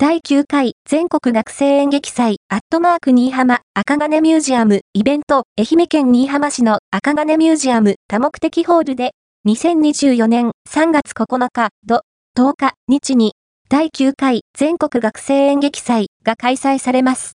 第9回全国学生演劇祭新居浜赤金ミュージアムイベント愛媛県新居浜市の赤金ミュージアム多目的ホールで2024年3月9日土10日日に第9回全国学生演劇祭が開催されます。